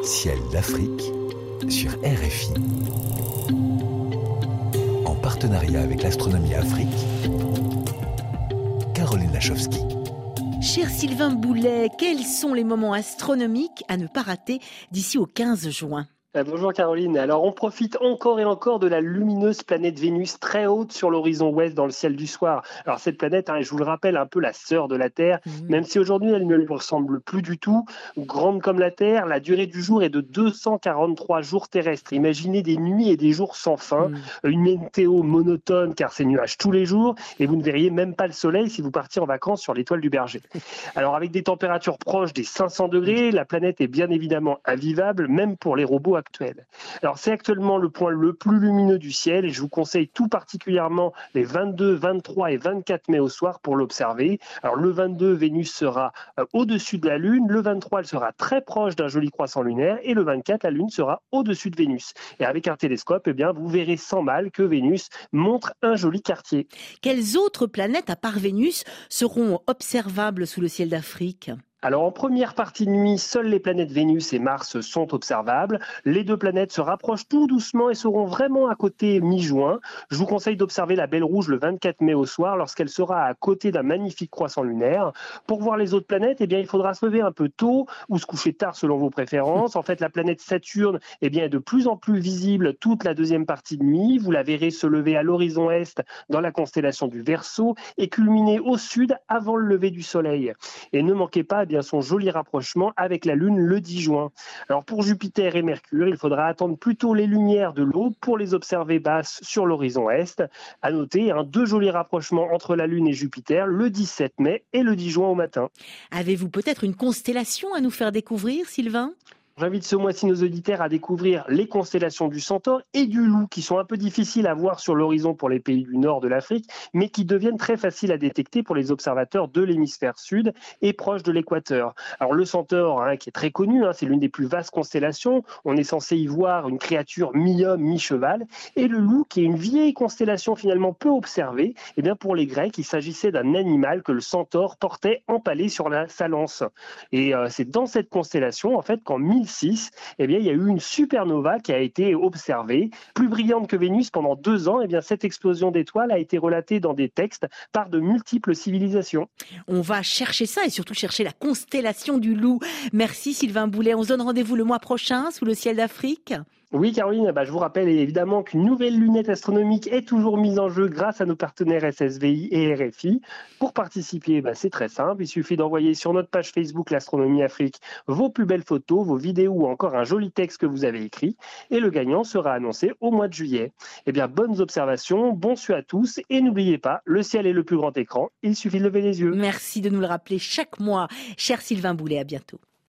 Ciel d'Afrique sur RFI. En partenariat avec l'Astronomie Afrique, Caroline Lachowski. Cher Sylvain Boulet, quels sont les moments astronomiques à ne pas rater d'ici au 15 juin ? Bonjour Caroline. Alors on profite encore et encore de la lumineuse planète Vénus très haute sur l'horizon ouest dans le ciel du soir. Alors cette planète, je vous le rappelle, un peu la sœur de la Terre, même si aujourd'hui elle ne lui ressemble plus du tout. Grande comme la Terre, la durée du jour est de 243 jours terrestres. Imaginez des nuits et des jours sans fin, une météo monotone car c'est nuages tous les jours et vous ne verriez même pas le soleil si vous partiez en vacances sur l'étoile du Berger. Alors avec des températures proches des 500 degrés, la planète est bien évidemment invivable, même pour les robots actuel. Alors c'est actuellement le point le plus lumineux du ciel et je vous conseille tout particulièrement les 22, 23 et 24 mai au soir pour l'observer. Alors le 22, Vénus sera au-dessus de la Lune, le 23, elle sera très proche d'un joli croissant lunaire et le 24, la Lune sera au-dessus de Vénus. Et avec un télescope, vous verrez sans mal que Vénus montre un joli quartier. Quelles autres planètes à part Vénus seront observables sous le ciel d'Afrique ? Alors en première partie de nuit, seules les planètes Vénus et Mars sont observables. Les deux planètes se rapprochent tout doucement et seront vraiment à côté mi-juin. Je vous conseille d'observer la Belle Rouge le 24 mai au soir lorsqu'elle sera à côté d'un magnifique croissant lunaire. Pour voir les autres planètes, il faudra se lever un peu tôt ou se coucher tard selon vos préférences. En fait, la planète Saturne est de plus en plus visible toute la deuxième partie de nuit. Vous la verrez se lever à l'horizon est dans la constellation du Verseau et culminer au sud avant le lever du soleil. Et ne manquez pas son joli rapprochement avec la Lune le 10 juin. Alors pour Jupiter et Mercure, il faudra attendre plutôt les lumières de l'aube pour les observer basses sur l'horizon est. À noter, deux jolis rapprochements entre la Lune et Jupiter le 17 mai et le 10 juin au matin. Avez-vous peut-être une constellation à nous faire découvrir, Sylvain ? J'invite ce mois-ci nos auditeurs à découvrir les constellations du Centaure et du Loup, qui sont un peu difficiles à voir sur l'horizon pour les pays du nord de l'Afrique, mais qui deviennent très faciles à détecter pour les observateurs de l'hémisphère sud et proche de l'équateur. Alors le Centaure, qui est très connu, c'est l'une des plus vastes constellations. On est censé y voir une créature mi-homme, mi-cheval. Et le Loup, qui est une vieille constellation finalement peu observée, pour les Grecs, il s'agissait d'un animal que le Centaure portait empalé sur sa lance. Et c'est dans cette constellation, en fait, qu'en 1006, il y a eu une supernova qui a été observée, plus brillante que Vénus pendant 2 ans. Cette explosion d'étoiles a été relatée dans des textes par de multiples civilisations. On va chercher ça et surtout chercher la constellation du Loup. Merci Sylvain Boulet. On se donne rendez-vous le mois prochain sous le ciel d'Afrique. Oui Caroline, je vous rappelle évidemment qu'une nouvelle lunette astronomique est toujours mise en jeu grâce à nos partenaires SSVI et RFI. Pour participer, c'est très simple, il suffit d'envoyer sur notre page Facebook l'Astronomie Afrique vos plus belles photos, vos vidéos ou encore un joli texte que vous avez écrit et le gagnant sera annoncé au mois de juillet. Bonnes observations, bon su à tous et n'oubliez pas, le ciel est le plus grand écran, il suffit de lever les yeux. Merci de nous le rappeler chaque mois. Cher Sylvain Boulet, à bientôt.